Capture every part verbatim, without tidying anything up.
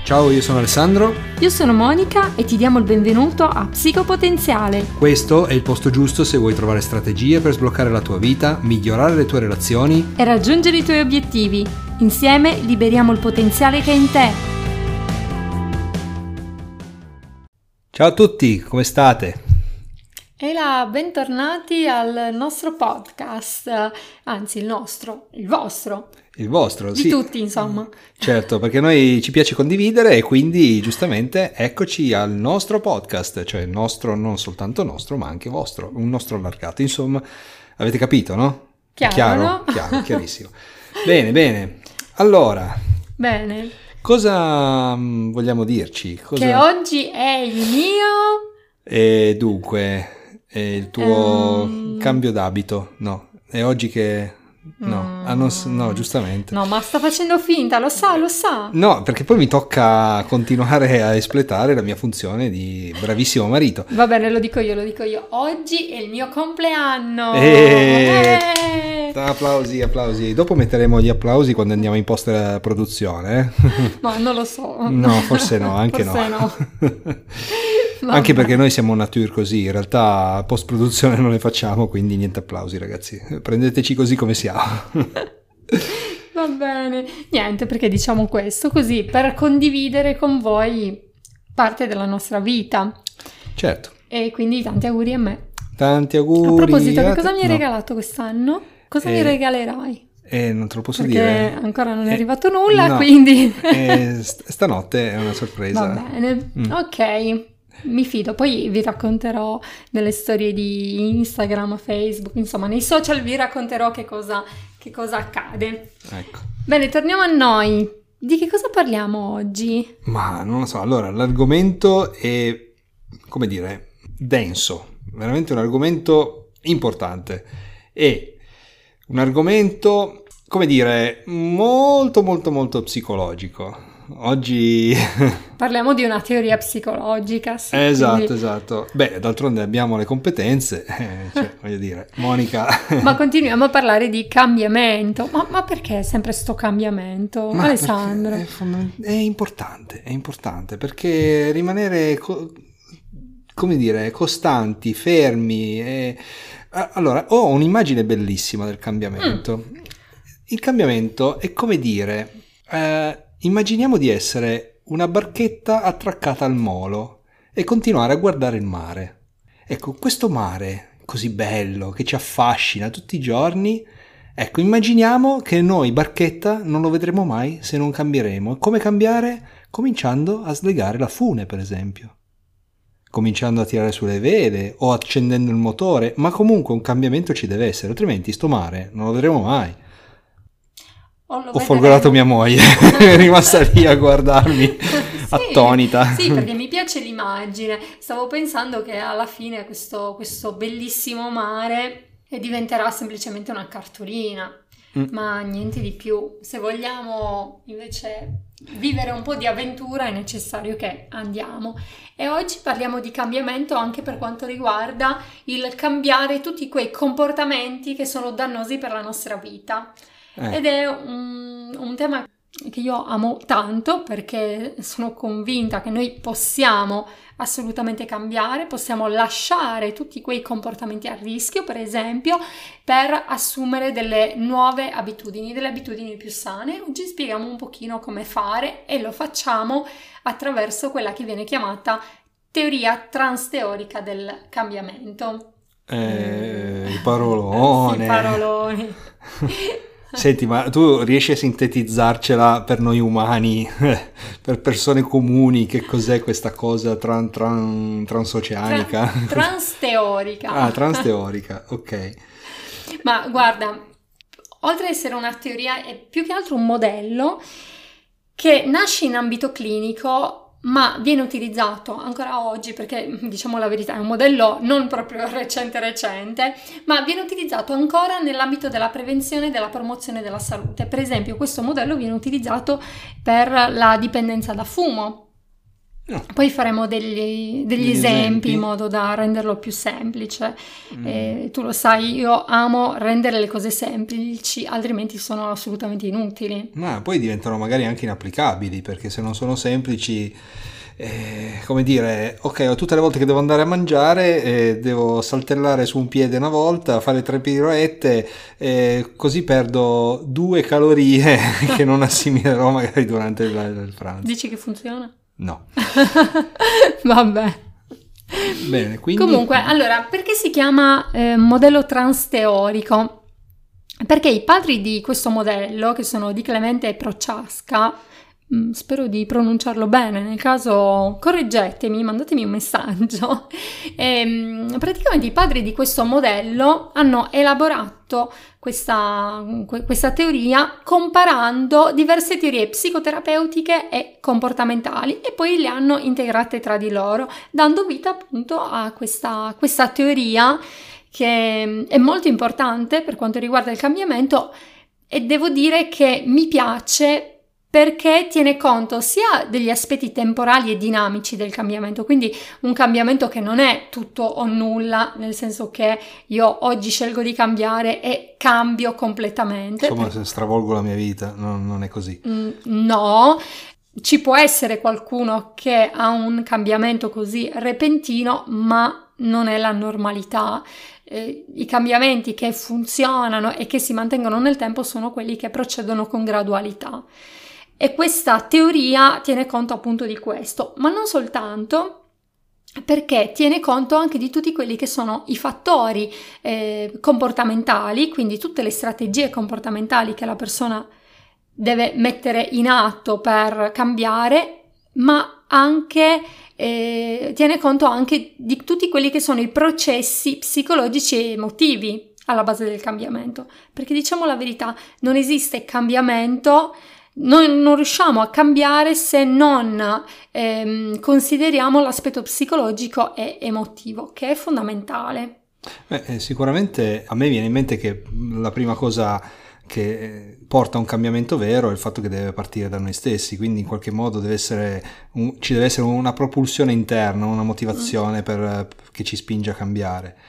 Ciao, io sono Alessandro. Io sono Monica e ti diamo il benvenuto a Psicopotenziale. Questo è il posto giusto se vuoi trovare strategie per sbloccare la tua vita, migliorare le tue relazioni e raggiungere i tuoi obiettivi. Insieme liberiamo il potenziale che è in te. Ciao a tutti, come state? E là, bentornati al nostro podcast, anzi il nostro, il vostro. Il vostro, di sì. Di tutti, insomma. Certo, perché noi ci piace condividere e quindi giustamente eccoci al nostro podcast, cioè il nostro, non soltanto nostro, ma anche vostro, un nostro allargato. Insomma, avete capito, no? Chiaro, Chiaro, no? chiaro, chiarissimo. Bene, bene. Allora, bene. Cosa mh, vogliamo dirci? Cosa... Che oggi è il mio... E dunque, è il tuo um... cambio d'abito? No, è oggi che... No, mm. ah, non, no, giustamente. No, ma sta facendo finta, lo sa, lo sa. No, perché poi mi tocca continuare a espletare la mia funzione di bravissimo marito. Va bene, lo dico io, lo dico io. Oggi è il mio compleanno. E... Eh. Applausi, applausi. Dopo metteremo gli applausi quando andiamo in post-produzione. Eh? Ma non lo so. No, forse no, anche forse no. no. Anche perché noi siamo nature così, in realtà post-produzione non le facciamo, quindi niente applausi ragazzi, prendeteci così come siamo. Va bene, niente, perché diciamo questo così per condividere con voi parte della nostra vita. Certo. E quindi tanti auguri a me. Tanti auguri. A proposito, che cosa te... mi hai no. regalato quest'anno? Cosa eh, mi regalerai? Eh, non te lo posso perché dire. ancora non è eh, arrivato nulla, no. quindi... eh, st- stanotte è una sorpresa. Va bene, mm. ok. Mi fido, poi vi racconterò nelle storie di Instagram, Facebook, insomma nei social vi racconterò che cosa, che cosa accade. Ecco. Bene, torniamo a noi. Di che cosa parliamo oggi? Ma non lo so, allora l'argomento è, come dire, denso, veramente un argomento importante. È un argomento, come dire, molto molto molto psicologico. Oggi parliamo di una teoria psicologica, sì, esatto, quindi... esatto. Beh, d'altronde abbiamo le competenze, eh, cioè, voglio dire, Monica. Ma continuiamo a parlare di cambiamento. Ma, ma perché sempre sto cambiamento, ma Alessandro? È, fondament- è importante, è importante perché rimanere, co- come dire, costanti, fermi. E... Allora, ho un'immagine bellissima del cambiamento. Mm. Il cambiamento è come dire. Eh, Immaginiamo di essere una barchetta attraccata al molo e continuare a guardare il mare. Ecco, questo mare così bello che ci affascina tutti i giorni, ecco, immaginiamo che noi barchetta non lo vedremo mai se non cambieremo. E come cambiare? Cominciando a slegare la fune, per esempio. Cominciando a tirare sulle vele o accendendo il motore, ma comunque un cambiamento ci deve essere, altrimenti sto mare non lo vedremo mai. Ho folgorato mia moglie, è rimasta lì a guardarmi sì, attonita. Sì, perché mi piace l'immagine. Stavo pensando che alla fine questo, questo bellissimo mare diventerà semplicemente una cartolina, mm. ma niente di più. Se vogliamo invece vivere un po' di avventura è necessario che andiamo. E oggi parliamo di cambiamento anche per quanto riguarda il cambiare tutti quei comportamenti che sono dannosi per la nostra vita. Eh. Ed è un, un tema che io amo tanto perché sono convinta che noi possiamo assolutamente cambiare, possiamo lasciare tutti quei comportamenti a rischio, per esempio, per assumere delle nuove abitudini, delle abitudini più sane. Oggi spieghiamo un pochino come fare e lo facciamo attraverso quella che viene chiamata teoria transteorica del cambiamento. Eh, il parolone. Sì, paroloni. Senti, ma tu riesci a sintetizzarcela per noi umani, per persone comuni, che cos'è questa cosa tran, tran, transoceanica? Tra, transteorica. Ah, transteorica, ok. Ma guarda, oltre ad essere una teoria, è più che altro un modello che nasce in ambito clinico, ma viene utilizzato ancora oggi perché, diciamo la verità, è un modello non proprio recente recente, ma viene utilizzato ancora nell'ambito della prevenzione e della promozione della salute. Per esempio, questo modello viene utilizzato per la dipendenza da fumo. No. Poi faremo degli, degli, degli esempi, esempi in modo da renderlo più semplice. Mm. Eh, tu lo sai, io amo rendere le cose semplici, altrimenti sono assolutamente inutili. Ma poi diventano magari anche inapplicabili, perché se non sono semplici, eh, come dire, ok, tutte le volte che devo andare a mangiare eh, devo saltellare su un piede una volta, fare tre piroette, eh, così perdo due calorie che non assimilerò magari durante il, il pranzo. Dici che funziona? No. Vabbè. Bene, quindi... Comunque, allora, perché si chiama eh, modello transteorico? Perché i padri di questo modello, che sono Di Clemente e Prochaska, mh, spero di pronunciarlo bene, nel caso correggetemi, mandatemi un messaggio. E, praticamente i padri di questo modello hanno elaborato questa, questa teoria comparando diverse teorie psicoterapeutiche e comportamentali e poi le hanno integrate tra di loro, dando vita appunto a questa, questa teoria che è molto importante per quanto riguarda il cambiamento, e devo dire che mi piace perché tiene conto sia degli aspetti temporali e dinamici del cambiamento, quindi un cambiamento che non è tutto o nulla, nel senso che io oggi scelgo di cambiare e cambio completamente. Insomma, se stravolgo la mia vita, no, non è così. Mm, no, ci può essere qualcuno che ha un cambiamento così repentino, ma non è la normalità. Eh, i cambiamenti che funzionano e che si mantengono nel tempo sono quelli che procedono con gradualità. E questa teoria tiene conto appunto di questo, ma non soltanto, perché tiene conto anche di tutti quelli che sono i fattori eh, comportamentali, quindi tutte le strategie comportamentali che la persona deve mettere in atto per cambiare, ma anche eh, tiene conto anche di tutti quelli che sono i processi psicologici e emotivi alla base del cambiamento, perché diciamo la verità, non esiste cambiamento. Noi non riusciamo a cambiare se non ehm, consideriamo l'aspetto psicologico e emotivo, che è fondamentale. Beh, sicuramente a me viene in mente che la prima cosa che porta a un cambiamento vero è il fatto che deve partire da noi stessi, quindi in qualche modo deve essere un, ci deve essere una propulsione interna, una motivazione mm. per, che ci spinge a cambiare.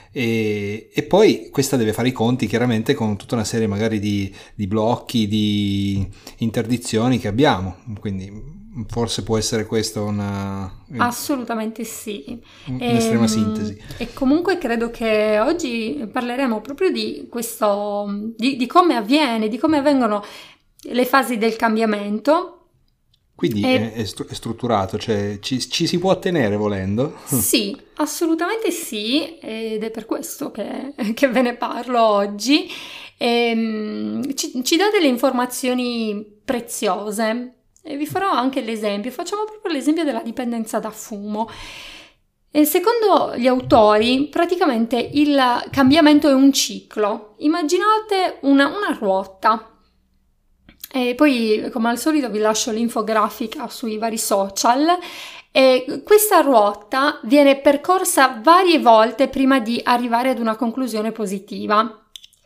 E, e poi questa deve fare i conti chiaramente con tutta una serie magari di, di blocchi, di interdizioni che abbiamo, quindi forse può essere questo una... Assolutamente sì. Un'estrema e, sintesi. E comunque credo che oggi parleremo proprio di questo, di, di come avviene, di come avvengono le fasi del cambiamento. Quindi e... è, è strutturato, cioè ci, ci si può attenere volendo? Sì, assolutamente sì, ed è per questo che, che ve ne parlo oggi. E, ci, ci dà delle informazioni preziose e vi farò anche l'esempio. Facciamo proprio l'esempio della dipendenza da fumo. E secondo gli autori, praticamente il cambiamento è un ciclo. Immaginate una, una ruota. E poi, come al solito, vi lascio l'infografica sui vari social. E questa ruota viene percorsa varie volte prima di arrivare ad una conclusione positiva.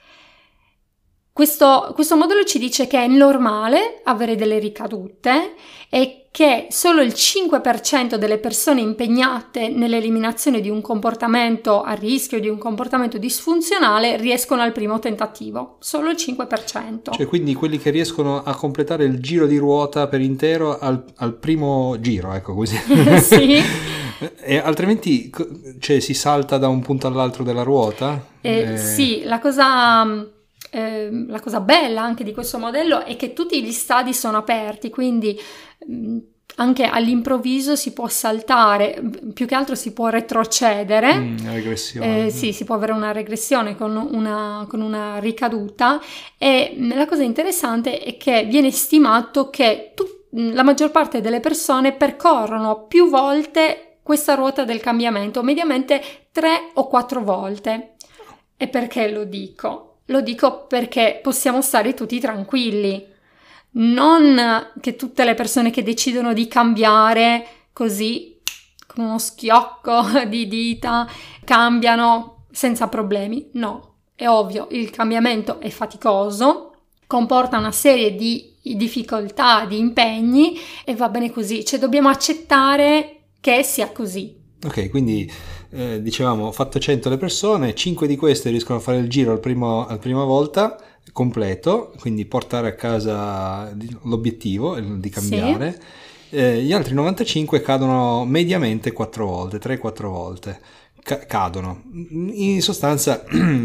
Questo, questo modello ci dice che è normale avere delle ricadute e che solo il cinque per cento delle persone impegnate nell'eliminazione di un comportamento a rischio, di un comportamento disfunzionale, riescono al primo tentativo. Solo il cinque per cento. Cioè, quindi quelli che riescono a completare il giro di ruota per intero al, al primo giro, ecco così. Sì. E altrimenti cioè, si salta da un punto all'altro della ruota? Eh, eh... Sì, la cosa... Eh, la cosa bella anche di questo modello è che tutti gli stadi sono aperti, quindi mh, anche all'improvviso si può saltare, più che altro si può retrocedere, mm, regressione. Eh, sì, si può avere una regressione con una, con una ricaduta, e mh, la cosa interessante è che viene stimato che tu, mh, la maggior parte delle persone percorrono più volte questa ruota del cambiamento, mediamente tre o quattro volte. E perché lo dico? Lo dico perché possiamo stare tutti tranquilli, non che tutte le persone che decidono di cambiare così, con uno schiocco di dita, cambiano senza problemi. No, è ovvio, il cambiamento è faticoso, comporta una serie di difficoltà, di impegni e va bene così, cioè dobbiamo accettare che sia così. Ok, quindi eh, dicevamo, ho fatto cento le persone, cinque di queste riescono a fare il giro al primo, al prima volta completo, quindi portare a casa l'obiettivo di cambiare. Sì. Eh, gli altri novantacinque cadono mediamente quattro volte, tre quattro volte. Cadono. In sostanza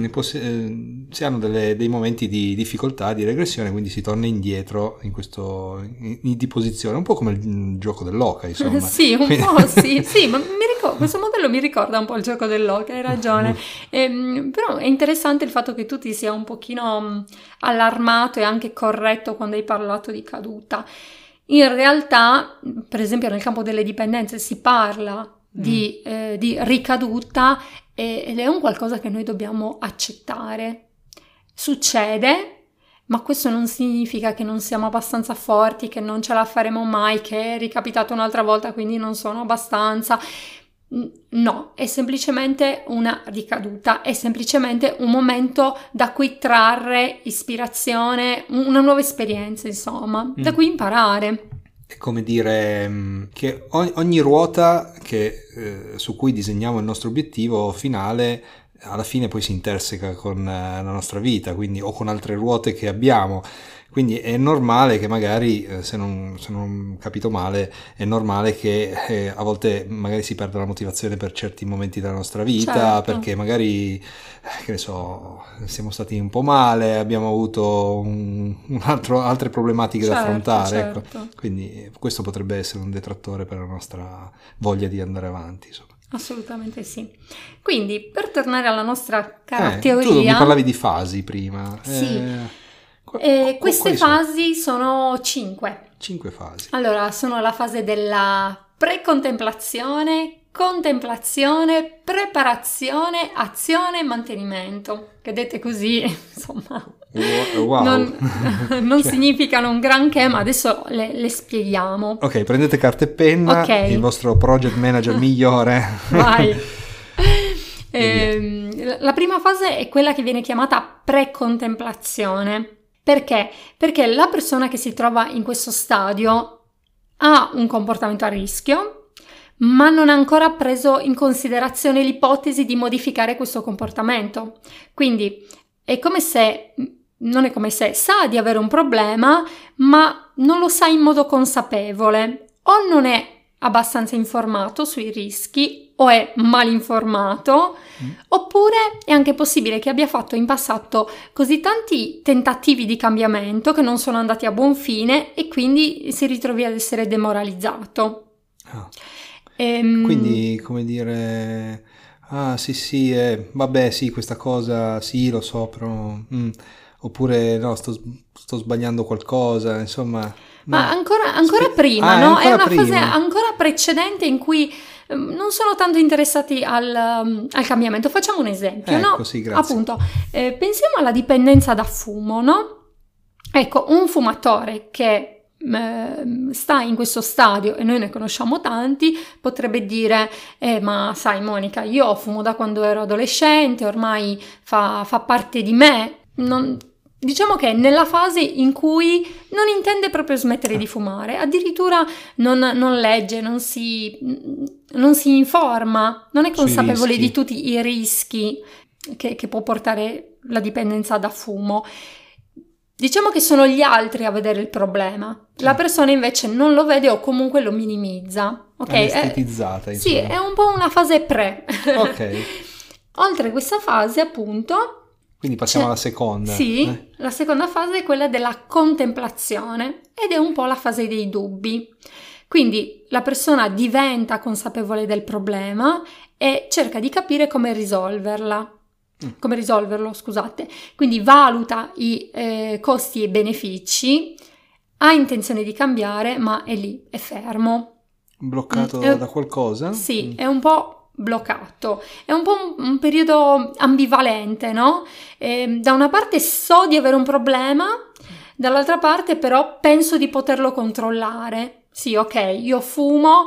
si hanno delle, dei momenti di difficoltà, di regressione, quindi si torna indietro in questo in, in, di posizione, un po' come il gioco dell'oca, insomma. Sì, un po' sì, sì, ma mi ricordo, questo modello mi ricorda un po' il gioco dell'oca, hai ragione. E, però è interessante il fatto che tu ti sia un pochino allarmato e anche corretto quando hai parlato di caduta. In realtà, per esempio nel campo delle dipendenze si parla Di, eh, di ricaduta eh, ed è un qualcosa che noi dobbiamo accettare. Succede, ma questo non significa che non siamo abbastanza forti, che non ce la faremo mai, che è ricapitato un'altra volta quindi non sono abbastanza. No, è semplicemente una ricaduta, è semplicemente un momento da cui trarre ispirazione, una nuova esperienza, insomma, mm. da cui imparare. È come dire che ogni ruota che, eh, su cui disegniamo il nostro obiettivo finale alla fine poi si interseca con la nostra vita, quindi o con altre ruote che abbiamo. Quindi è normale che magari, eh, se non, se non capito male, è normale che eh, a volte magari si perda la motivazione per certi momenti della nostra vita, certo. Perché magari, eh, che ne so, siamo stati un po' male, abbiamo avuto un, un altro, altre problematiche certo, da affrontare. Certo. Ecco. Quindi questo potrebbe essere un detrattore per la nostra voglia di andare avanti, insomma. Assolutamente sì. Quindi, per tornare alla nostra cara eh, teoria... Tu mi parlavi di fasi prima. Sì. Eh... Eh, queste fasi sono? sono cinque. Cinque fasi. Allora, sono la fase della pre-contemplazione, contemplazione, preparazione, azione e mantenimento. Che dette così, insomma, wow. non, non cioè. significano un granché, ma adesso le, le spieghiamo. Ok, prendete carta e penna, okay. Il vostro project manager migliore. Vai. eh, la prima fase è quella che viene chiamata pre-contemplazione. Perché? Perché la persona che si trova in questo stadio ha un comportamento a rischio, ma non ha ancora preso in considerazione l'ipotesi di modificare questo comportamento. Quindi è come se, non è come se, sa di avere un problema, ma non lo sa in modo consapevole, o non è abbastanza informato sui rischi, o è mal informato, mm. oppure è anche possibile che abbia fatto in passato così tanti tentativi di cambiamento che non sono andati a buon fine e quindi si ritrovi ad essere demoralizzato. Ah. Ehm... Quindi, come dire, ah sì sì, eh, vabbè sì, questa cosa sì, lo so, però... Mm. Oppure no, sto, sto sbagliando qualcosa, insomma... No. Ma ancora, ancora Spe- prima, ah, no? È, è una prima. fase ancora precedente in cui um, non sono tanto interessati al, um, al cambiamento. Facciamo un esempio, ecco, no? Sì, grazie. Appunto, eh, pensiamo alla dipendenza da fumo, no? Ecco, un fumatore che eh, sta in questo stadio, e noi ne conosciamo tanti, potrebbe dire, eh, ma sai Monica, io fumo da quando ero adolescente, ormai fa, fa parte di me, non... Diciamo che è nella fase in cui non intende proprio smettere di fumare, addirittura non, non legge, non si, non si informa, non è consapevole di tutti i rischi che, che può portare la dipendenza da fumo. Diciamo che sono gli altri a vedere il problema, la persona invece non lo vede o comunque lo minimizza. Okay? Anestetizzata, è, insomma. Sì, è un po' una fase pre. Ok. Oltre questa fase, appunto... Quindi passiamo C'è, alla seconda. Sì, eh? La seconda fase è quella della contemplazione ed è un po' la fase dei dubbi. Quindi la persona diventa consapevole del problema e cerca di capire come risolverla. Mm. Come risolverlo, scusate. Quindi valuta i eh, costi e benefici, ha intenzione di cambiare, ma è lì, è fermo. Bloccato mm, è, da qualcosa? Sì, mm. è un po' bloccato, è un po' un, un periodo ambivalente, no? E, da una parte so di avere un problema, dall'altra parte però penso di poterlo controllare. Sì, ok, io fumo,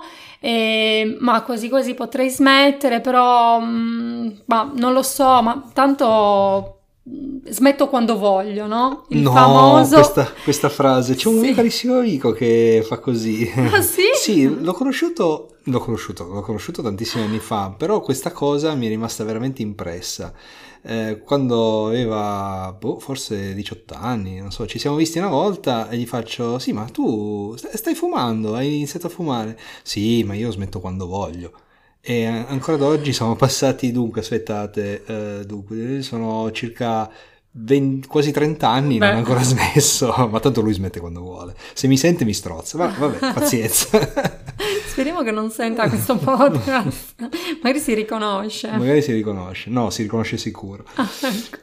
eh, ma quasi quasi potrei smettere, però mh, ma non lo so, ma tanto smetto quando voglio, no? Il no, famoso... questa, questa frase, c'è un sì. mio carissimo amico che fa così. Ah sì? Sì, l'ho conosciuto, l'ho conosciuto, l'ho conosciuto tantissimi anni fa, però questa cosa mi è rimasta veramente impressa. Eh, quando aveva, boh, forse diciotto anni, non so, ci siamo visti una volta e gli faccio, sì, ma tu stai fumando, hai iniziato a fumare? Sì, ma io smetto quando voglio. E ancora ad oggi sono passati, dunque, aspettate, eh, dunque, sono circa venti, quasi trenta anni, Beh. non ho ancora smesso, ma tanto lui smette quando vuole. Se mi sente mi strozza, ma vabbè, pazienza. Speriamo che non senta questo podcast, magari si riconosce. Magari si riconosce, no, si riconosce sicuro. Ah, ecco.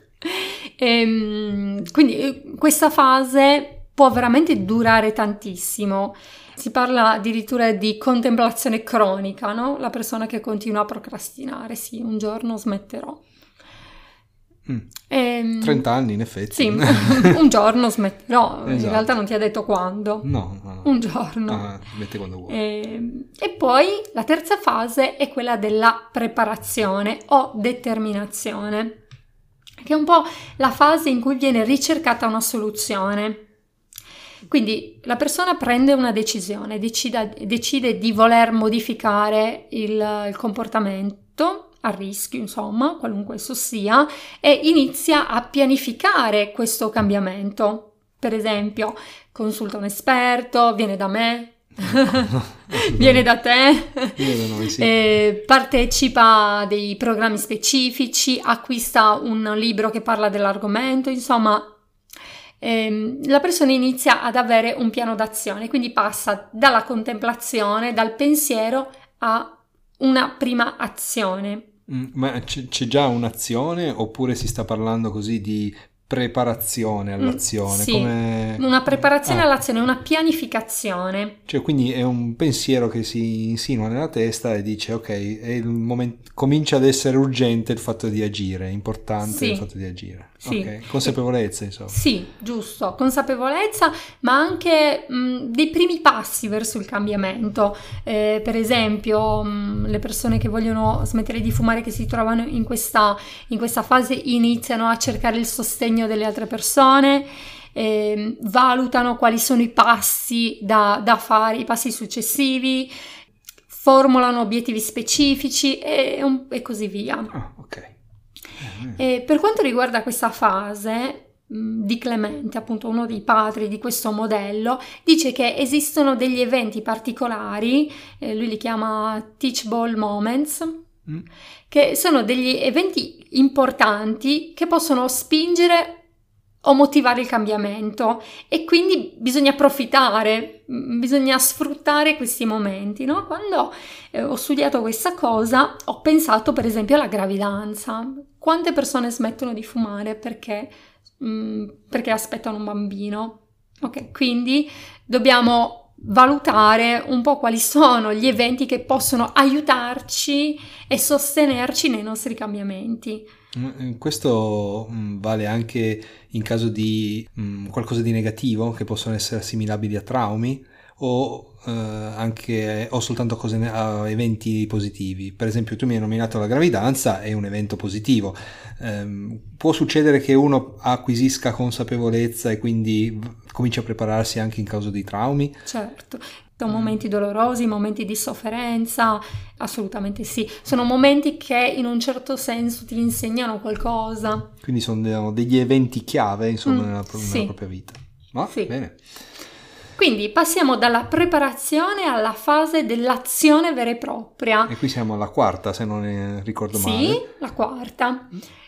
E, quindi questa fase può veramente durare tantissimo. Si parla addirittura di contemplazione cronica, no? La persona che continua a procrastinare, sì, un giorno smetterò. Mm. E, trenta anni in effetti. Sì, un giorno smetterò, esatto. In realtà non ti ha detto quando. No, no, no. Un giorno. Ah, smette quando vuoi. E, e poi la terza fase è quella della preparazione o determinazione, che è un po' la fase in cui viene ricercata una soluzione. Quindi la persona prende una decisione, decide, decide di voler modificare il, il comportamento a rischio, insomma, qualunque esso sia, e inizia a pianificare questo cambiamento. Per esempio, consulta un esperto, viene da me, viene da te, viene da noi, sì. eh, partecipa a dei programmi specifici, acquista un libro che parla dell'argomento, insomma, ehm, la persona inizia ad avere un piano d'azione, quindi passa dalla contemplazione, dal pensiero a una prima azione. Ma c'è, c'è già un'azione oppure si sta parlando così di preparazione all'azione? Sì, come... una preparazione ah. all'azione, una pianificazione. Cioè, quindi è un pensiero che si insinua nella testa e dice ok, è il momento, comincia ad essere urgente il fatto di agire, è importante sì. il fatto di agire. Sì. Okay. Consapevolezza, insomma. Sì, giusto, consapevolezza, ma anche mh, dei primi passi verso il cambiamento. Eh, per esempio, mh, le persone che vogliono smettere di fumare, che si trovano in questa, in questa fase, iniziano a cercare il sostegno delle altre persone, eh, valutano quali sono i passi da, da fare, i passi successivi, formulano obiettivi specifici e, e così via. Ah, ok. E per quanto riguarda questa fase, Di Clemente, appunto uno dei padri di questo modello, dice che esistono degli eventi particolari, eh, lui li chiama teachable moments, mm. che sono degli eventi importanti che possono spingere o motivare il cambiamento, e quindi bisogna approfittare, bisogna sfruttare questi momenti, no? Quando eh, ho studiato questa cosa ho pensato per esempio alla gravidanza. Quante persone smettono di fumare perché, mh, perché aspettano un bambino? Ok, quindi dobbiamo valutare un po' quali sono gli eventi che possono aiutarci e sostenerci nei nostri cambiamenti. Questo vale anche in caso di mh, qualcosa di negativo, che possono essere assimilabili a traumi, o eh, anche o soltanto cose, a eventi positivi. Per esempio, tu mi hai nominato la gravidanza, è un evento positivo. Eh, può succedere che uno acquisisca consapevolezza e quindi cominci a prepararsi anche in caso di traumi? Certo. Sono momenti dolorosi, momenti di sofferenza, assolutamente sì. Sono momenti che in un certo senso ti insegnano qualcosa. Quindi sono degli eventi chiave, insomma, mm, nella, sì. nella propria vita. Ma sì. Bene. Quindi passiamo dalla preparazione alla fase dell'azione vera e propria. E qui siamo alla quarta, se non ne ricordo sì, male. Sì, la quarta.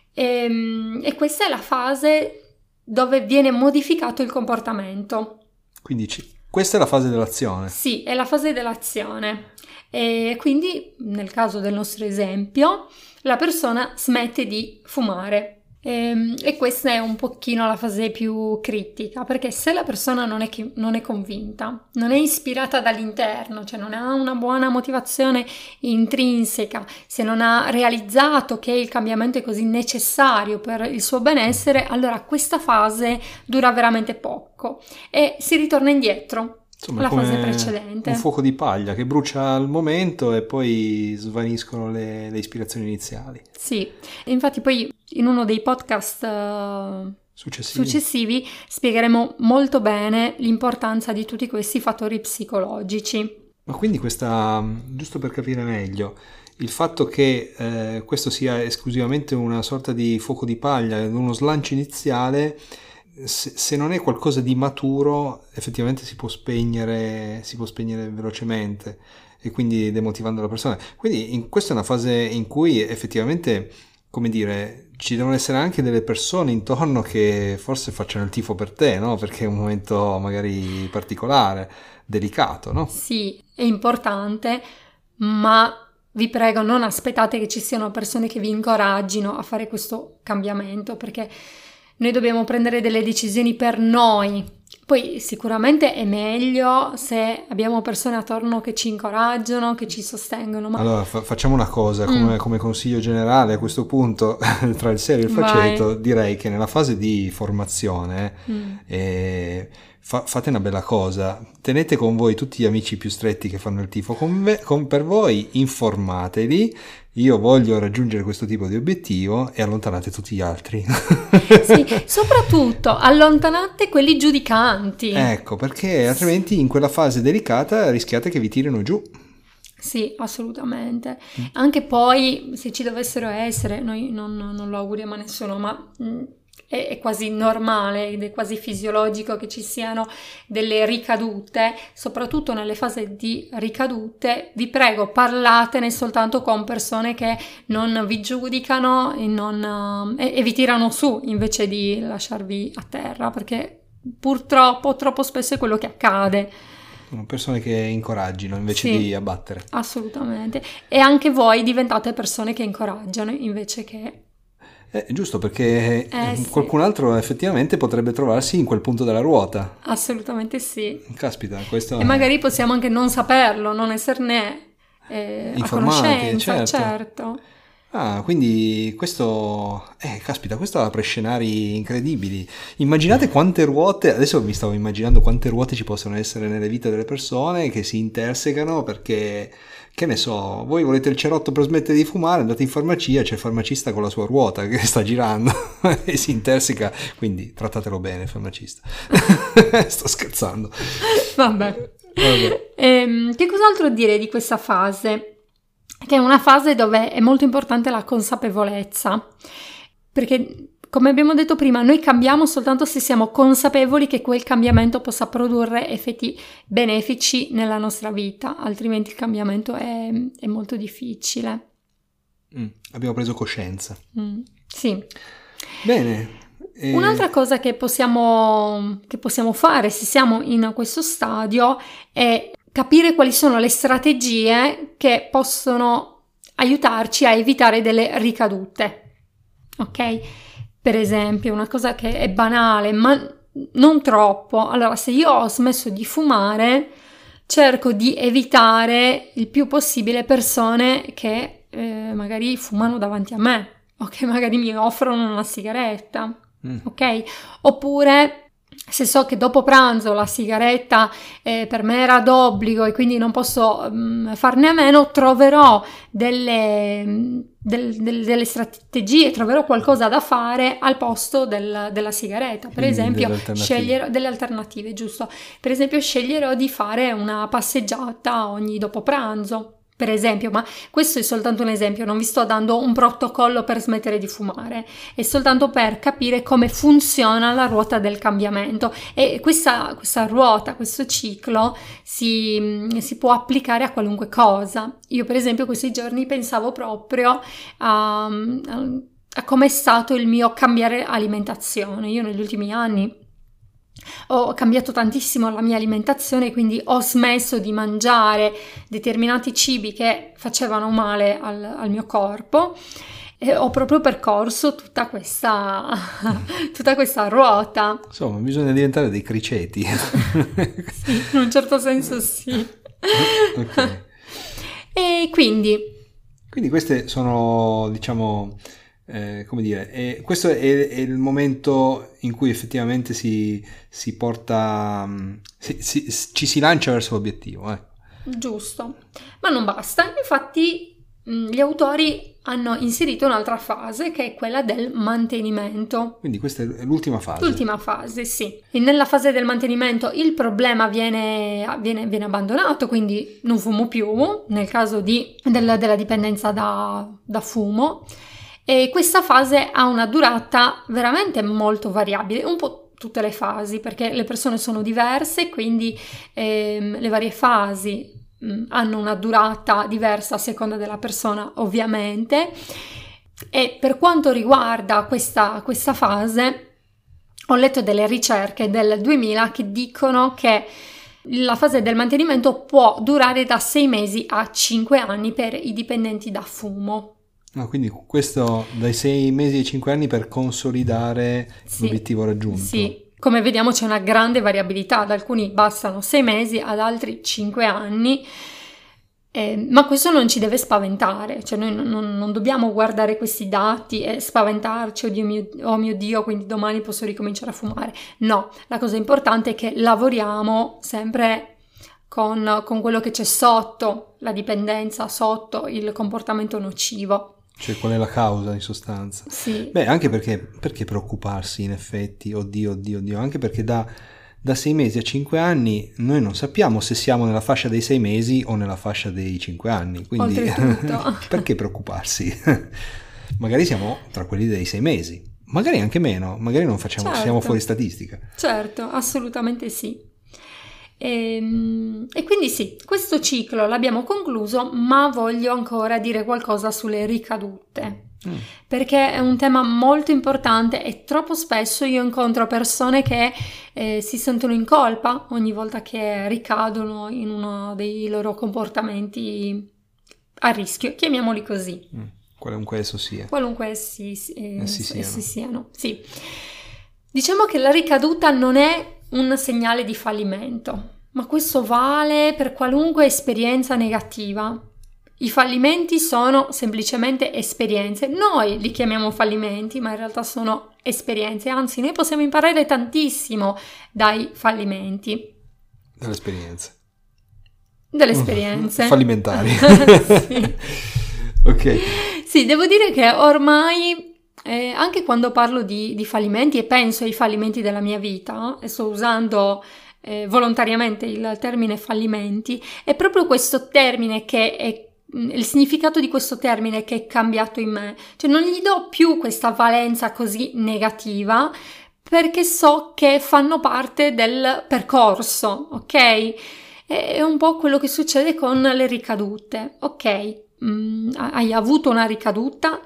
E, e questa è la fase dove viene modificato il comportamento. Quindi ci... Questa è la fase dell'azione? Sì, è la fase dell'azione. E quindi, nel caso del nostro esempio, la persona smette di fumare. E, e questa è un pochino la fase più critica, perché se la persona non è, che, non è convinta, non è ispirata dall'interno, cioè non ha una buona motivazione intrinseca, se non ha realizzato che il cambiamento è così necessario per il suo benessere, allora questa fase dura veramente poco e si ritorna indietro. Insomma, la come fase precedente. Un fuoco di paglia che brucia al momento e poi svaniscono le, le ispirazioni iniziali. Sì, infatti poi in uno dei podcast uh, successivi. successivi spiegheremo molto bene l'importanza di tutti questi fattori psicologici. Ma quindi questa, giusto per capire meglio, il fatto che eh, questo sia esclusivamente una sorta di fuoco di paglia, uno slancio iniziale, se, se non è qualcosa di maturo, effettivamente si può spegnere, si può spegnere velocemente e quindi demotivando la persona. Quindi in, questa è una fase in cui effettivamente, come dire, ci devono essere anche delle persone intorno che forse facciano il tifo per te, no? Perché è un momento magari particolare, delicato, no? Sì, è importante, ma vi prego non aspettate che ci siano persone che vi incoraggino a fare questo cambiamento, perché noi dobbiamo prendere delle decisioni per noi. Poi sicuramente è meglio se abbiamo persone attorno che ci incoraggiano, che ci sostengono. Ma... Allora fa- facciamo una cosa, come, mm. come consiglio generale a questo punto, tra il serio e il faceto, Vai. direi che nella fase di formazione mm. eh, fa- fate una bella cosa, tenete con voi tutti gli amici più stretti che fanno il tifo con me, con, per voi, informateli. Io voglio raggiungere questo tipo di obiettivo e allontanate tutti gli altri. Sì, soprattutto allontanate quelli giudicanti. Ecco, perché altrimenti in quella fase delicata rischiate che vi tirino giù. Sì, assolutamente. Mm. Anche poi, se ci dovessero essere, noi non, non lo auguriamo a nessuno, ma... Mh, è, è quasi normale ed è quasi fisiologico che ci siano delle ricadute, soprattutto nelle fasi di ricadute. Vi prego, parlatene soltanto con persone che non vi giudicano e, non, e, e vi tirano su invece di lasciarvi a terra, perché purtroppo troppo spesso è quello che accade. Sono persone che incoraggino invece sì, di abbattere. Assolutamente. E anche voi diventate persone che incoraggiano invece che... È giusto, perché eh, sì. qualcun altro effettivamente potrebbe trovarsi in quel punto della ruota. Assolutamente sì. Caspita, questo... E magari possiamo anche non saperlo, non esserne eh, a conoscenza, certo. certo. Ah, quindi questo... Eh, caspita, questo apre scenari incredibili. Immaginate quante ruote... Adesso mi stavo immaginando quante ruote ci possono essere nelle vite delle persone che si intersecano perché... Che ne so, voi volete il cerotto per smettere di fumare, andate in farmacia, c'è il farmacista con la sua ruota che sta girando e si interseca, quindi trattatelo bene, farmacista. Sto scherzando. Vabbè. Vabbè. Ehm, che cos'altro dire di questa fase? Che è una fase dove è molto importante la consapevolezza, perché... Come abbiamo detto prima, noi cambiamo soltanto se siamo consapevoli che quel cambiamento possa produrre effetti benefici nella nostra vita, altrimenti il cambiamento è, è molto difficile. Mm, abbiamo preso coscienza. Mm, sì. Bene. E... Un'altra cosa che possiamo, che possiamo fare se siamo in questo stadio è capire quali sono le strategie che possono aiutarci a evitare delle ricadute. Ok? Per esempio, una cosa che è banale, ma non troppo. Allora, se io ho smesso di fumare, cerco di evitare il più possibile persone che eh, magari fumano davanti a me o che magari mi offrono una sigaretta, mm. ok? Oppure... Se so che dopo pranzo la sigaretta eh, per me era d'obbligo e quindi non posso um, farne a meno, troverò delle, del, del, delle strategie, troverò qualcosa da fare al posto del, della sigaretta. Per quindi esempio, delle sceglierò delle alternative, giusto? Per esempio, sceglierò di fare una passeggiata ogni dopo pranzo. Per esempio, ma questo è soltanto un esempio, non vi sto dando un protocollo per smettere di fumare, è soltanto per capire come funziona la ruota del cambiamento e questa, questa ruota, questo ciclo si, si può applicare a qualunque cosa. Io per esempio questi giorni pensavo proprio a, a, a come è stato il mio cambiare alimentazione. Io negli ultimi anni ho cambiato tantissimo la mia alimentazione, quindi ho smesso di mangiare determinati cibi che facevano male al, al mio corpo e ho proprio percorso tutta questa, tutta questa ruota. Insomma, bisogna diventare dei criceti. Sì, in un certo senso sì. Okay. E quindi... Quindi queste sono, diciamo... eh, come dire, è, questo è, è il momento in cui effettivamente si, si porta, si, si, ci si lancia verso l'obiettivo. Eh. Giusto, ma non basta, infatti mh, gli autori hanno inserito un'altra fase che è quella del mantenimento. Quindi questa è l'ultima fase. L'ultima fase, sì. E nella fase del mantenimento il problema viene, viene, viene abbandonato, quindi non fumo più, nel caso di, del, della dipendenza da, da fumo. E questa fase ha una durata veramente molto variabile, un po' tutte le fasi, perché le persone sono diverse, quindi ehm, le varie fasi hanno una durata diversa a seconda della persona, ovviamente. E per quanto riguarda questa, questa fase, ho letto delle ricerche del duemila che dicono che la fase del mantenimento può durare da sei mesi a cinque anni per i dipendenti da fumo. No, quindi questo dai sei mesi ai cinque anni per consolidare sì, l'obiettivo raggiunto. Sì. Come vediamo c'è una grande variabilità, ad alcuni bastano sei mesi, ad altri cinque anni, eh, ma questo non ci deve spaventare, cioè noi non, non dobbiamo guardare questi dati e spaventarci, oh, Dio mio, oh mio Dio, quindi domani posso ricominciare a fumare. No, la cosa importante è che lavoriamo sempre con, con quello che c'è sotto la dipendenza, sotto il comportamento nocivo. Cioè, qual è la causa in sostanza? Sì. Beh, anche perché, perché preoccuparsi in effetti, oddio, oddio, oddio, anche perché da, da sei mesi a cinque anni noi non sappiamo se siamo nella fascia dei sei mesi o nella fascia dei cinque anni, quindi perché preoccuparsi? Magari siamo tra quelli dei sei mesi, magari anche meno, magari non facciamo, certo. siamo fuori statistica. Certo, assolutamente sì. E, e quindi sì, questo ciclo l'abbiamo concluso, ma voglio ancora dire qualcosa sulle ricadute, mm. perché è un tema molto importante e troppo spesso io incontro persone che eh, si sentono in colpa ogni volta che ricadono in uno dei loro comportamenti a rischio, chiamiamoli così. Mm. Qualunque esso sia. Qualunque essi, eh, essi siano. Essi siano. Sì. Diciamo che la ricaduta non è un segnale di fallimento, ma questo vale per qualunque esperienza negativa. I fallimenti sono semplicemente esperienze. Noi li chiamiamo fallimenti, ma in realtà sono esperienze. Anzi, noi possiamo imparare tantissimo dai fallimenti. Dalle esperienze. Delle esperienze. Fallimentari. Sì. Ok. Sì, devo dire che ormai... Eh, anche quando parlo di, di fallimenti e penso ai fallimenti della mia vita, e sto usando eh, volontariamente il termine fallimenti, è proprio questo termine che è il significato di questo termine che è cambiato in me, cioè non gli do più questa valenza così negativa perché so che fanno parte del percorso, ok? È un po' quello che succede con le ricadute, ok? Mm, hai avuto una ricaduta?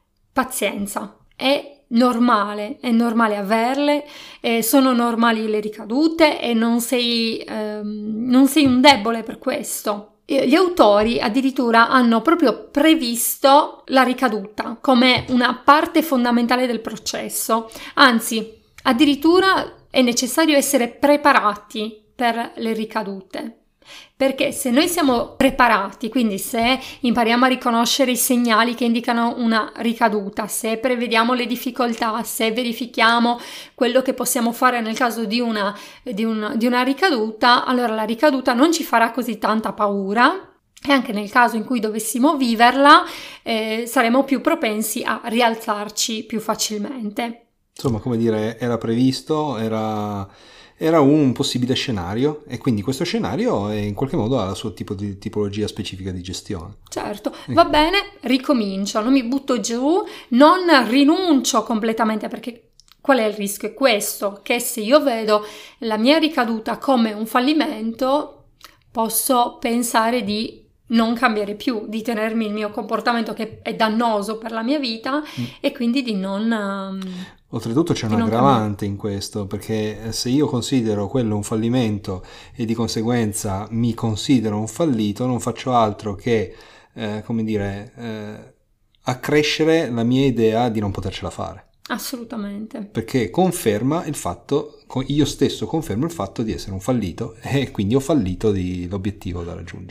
Pazienza, è normale, è normale averle, eh, sono normali le ricadute e non sei, ehm, non sei un debole per questo. E gli autori addirittura hanno proprio previsto la ricaduta come una parte fondamentale del processo, anzi, addirittura è necessario essere preparati per le ricadute. Perché se noi siamo preparati, quindi se impariamo a riconoscere i segnali che indicano una ricaduta, se prevediamo le difficoltà, se verifichiamo quello che possiamo fare nel caso di una, di un, di una ricaduta, allora la ricaduta non ci farà così tanta paura e anche nel caso in cui dovessimo viverla eh, saremo più propensi a rialzarci più facilmente. Insomma, come dire, era previsto, era... era un possibile scenario e quindi questo scenario è, in qualche modo ha la sua tipo di tipologia specifica di gestione. Certo, va bene, ricomincio, non mi butto giù, non rinuncio completamente perché qual è il rischio? È questo, che se io vedo la mia ricaduta come un fallimento posso pensare di non cambiare più, di tenermi il mio comportamento che è dannoso per la mia vita mm. e quindi di non... Um, Oltretutto c'è un aggravante in questo, perché se io considero quello un fallimento e di conseguenza mi considero un fallito, non faccio altro che, eh, come dire, eh, accrescere la mia idea di non potercela fare. Assolutamente. Perché conferma il fatto, io stesso confermo il fatto di essere un fallito e quindi ho fallito di, l'obiettivo da raggiungere.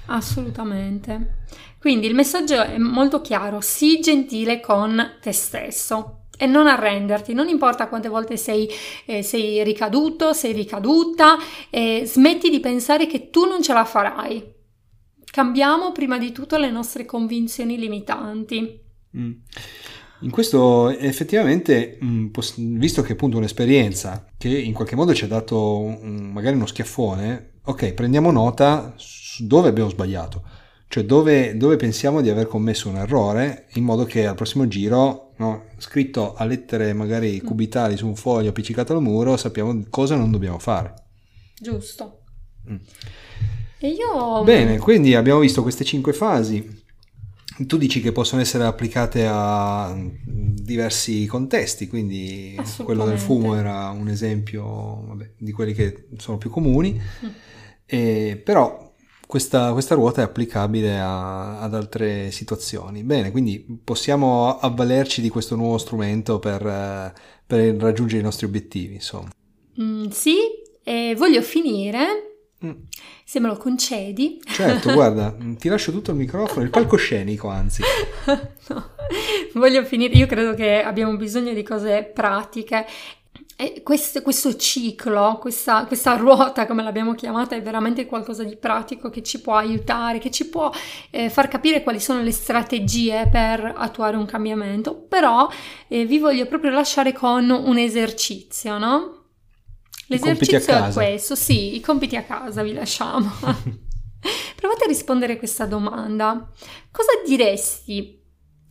Assolutamente. Quindi il messaggio è molto chiaro: sii gentile con te stesso e non arrenderti, non importa quante volte sei, eh, sei ricaduto, sei ricaduta, eh, smetti di pensare che tu non ce la farai. Cambiamo prima di tutto le nostre convinzioni limitanti. Mm. In questo effettivamente, visto che è appunto un'esperienza che in qualche modo ci ha dato un, magari uno schiaffone, ok, prendiamo nota su dove abbiamo sbagliato, cioè dove, dove pensiamo di aver commesso un errore, in modo che al prossimo giro, no, scritto a lettere magari cubitali su un foglio appiccicato al muro, sappiamo cosa non dobbiamo fare. Giusto. Mm. E io... Bene, quindi abbiamo visto queste cinque fasi. Tu dici che possono essere applicate a diversi contesti, quindi quello del fumo era un esempio, vabbè, di quelli che sono più comuni, mm. e, però questa, questa ruota è applicabile a, ad altre situazioni. Bene, quindi possiamo avvalerci di questo nuovo strumento per, per raggiungere i nostri obiettivi, insomma. Mm, sì, e voglio finire... Mm. Se me lo concedi. Certo, guarda, ti lascio tutto il microfono, il palcoscenico anzi. No, voglio finire, io credo che abbiamo bisogno di cose pratiche. E questo, questo ciclo, questa, questa ruota, come l'abbiamo chiamata, è veramente qualcosa di pratico che ci può aiutare, che ci può eh, far capire quali sono le strategie per attuare un cambiamento. Però eh, vi voglio proprio lasciare con un esercizio, no? L'esercizio è questo, sì, i compiti a casa vi lasciamo. Provate a rispondere a questa domanda. Cosa diresti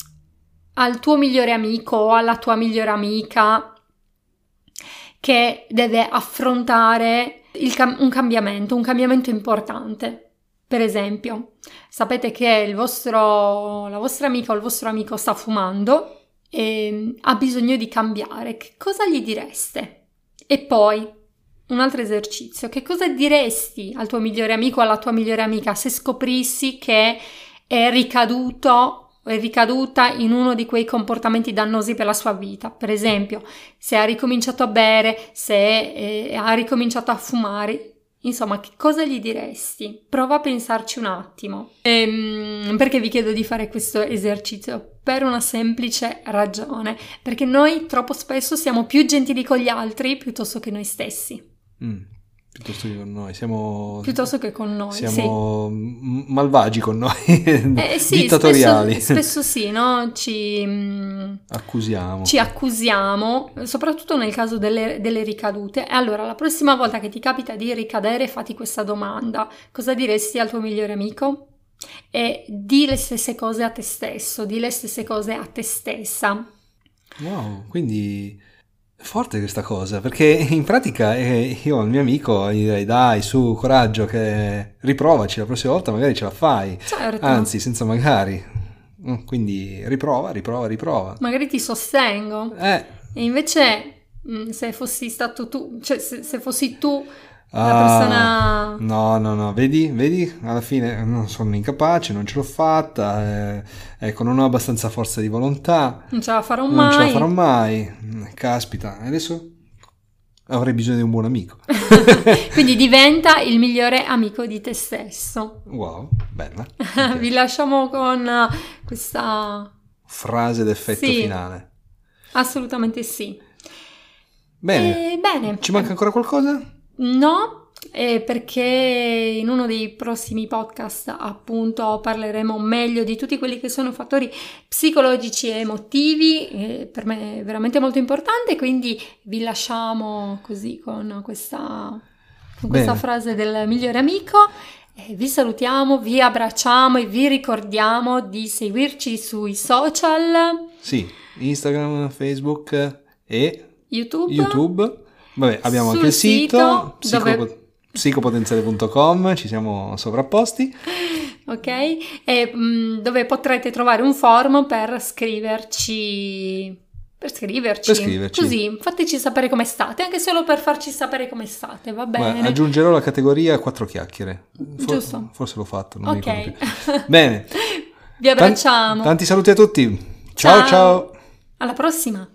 al tuo migliore amico o alla tua migliore amica che deve affrontare il cam- un cambiamento, un cambiamento importante? Per esempio, sapete che il vostro, la vostra amica o il vostro amico sta fumando e ha bisogno di cambiare. Che cosa gli direste? E poi... un altro esercizio: che cosa diresti al tuo migliore amico o alla tua migliore amica se scoprissi che è ricaduto o è ricaduta in uno di quei comportamenti dannosi per la sua vita? Per esempio, se ha ricominciato a bere, se eh, ha ricominciato a fumare. Insomma, che cosa gli diresti? Prova a pensarci un attimo. Ehm, perché vi chiedo di fare questo esercizio? Per una semplice ragione: perché noi troppo spesso siamo più gentili con gli altri piuttosto che noi stessi. Mm, piuttosto che con noi, siamo... Piuttosto che con noi, siamo sì. malvagi con noi, eh, sì, dittatoriali. Spesso, spesso sì, no? Ci mh, accusiamo. Ci accusiamo, soprattutto nel caso delle, delle ricadute. E allora, la prossima volta che ti capita di ricadere, fatti questa domanda: cosa diresti al tuo migliore amico? E di le stesse cose a te stesso, di le stesse cose a te stessa. Wow, quindi... forte questa cosa, perché in pratica eh, io al mio amico gli direi: dai, su, coraggio, che riprovaci, la prossima volta magari ce la fai. Certo. Anzi, senza magari. Quindi riprova, riprova, riprova. Magari ti sostengo. Eh. E invece se fossi stato tu, cioè se, se fossi tu la ah, persona... No, no, no, vedi, vedi, alla fine non sono incapace, non ce l'ho fatta, eh, ecco, non ho abbastanza forza di volontà. Non ce la farò non mai. Non ce la farò mai. Caspita, adesso avrei bisogno di un buon amico. Quindi diventa il migliore amico di te stesso. Wow, bella. Vi lasciamo con questa... frase d'effetto sì, finale. Assolutamente sì. Bene. E, bene. Ci manca ancora qualcosa? No, eh, perché in uno dei prossimi podcast appunto parleremo meglio di tutti quelli che sono fattori psicologici e emotivi, eh, per me è veramente molto importante, quindi vi lasciamo così con questa, con questa frase del migliore amico. Eh, vi salutiamo, vi abbracciamo e vi ricordiamo di seguirci sui social. Sì, Instagram, Facebook e YouTube. YouTube. Vabbè, abbiamo anche il sito, sito psicopo- dove... psicopotenziale punto com, ci siamo sovrapposti. Ok, e mh, dove potrete trovare un forum per scriverci, per scriverci, per scriverci. Così fateci sapere come state, anche solo per farci sapere come state, va bene? Ma aggiungerò la categoria quattro chiacchiere. For- Giusto. Forse l'ho fatto, non ok. mi ricordo più. Bene. Vi abbracciamo. Tanti, tanti saluti a tutti. Ciao ciao. ciao. Alla prossima.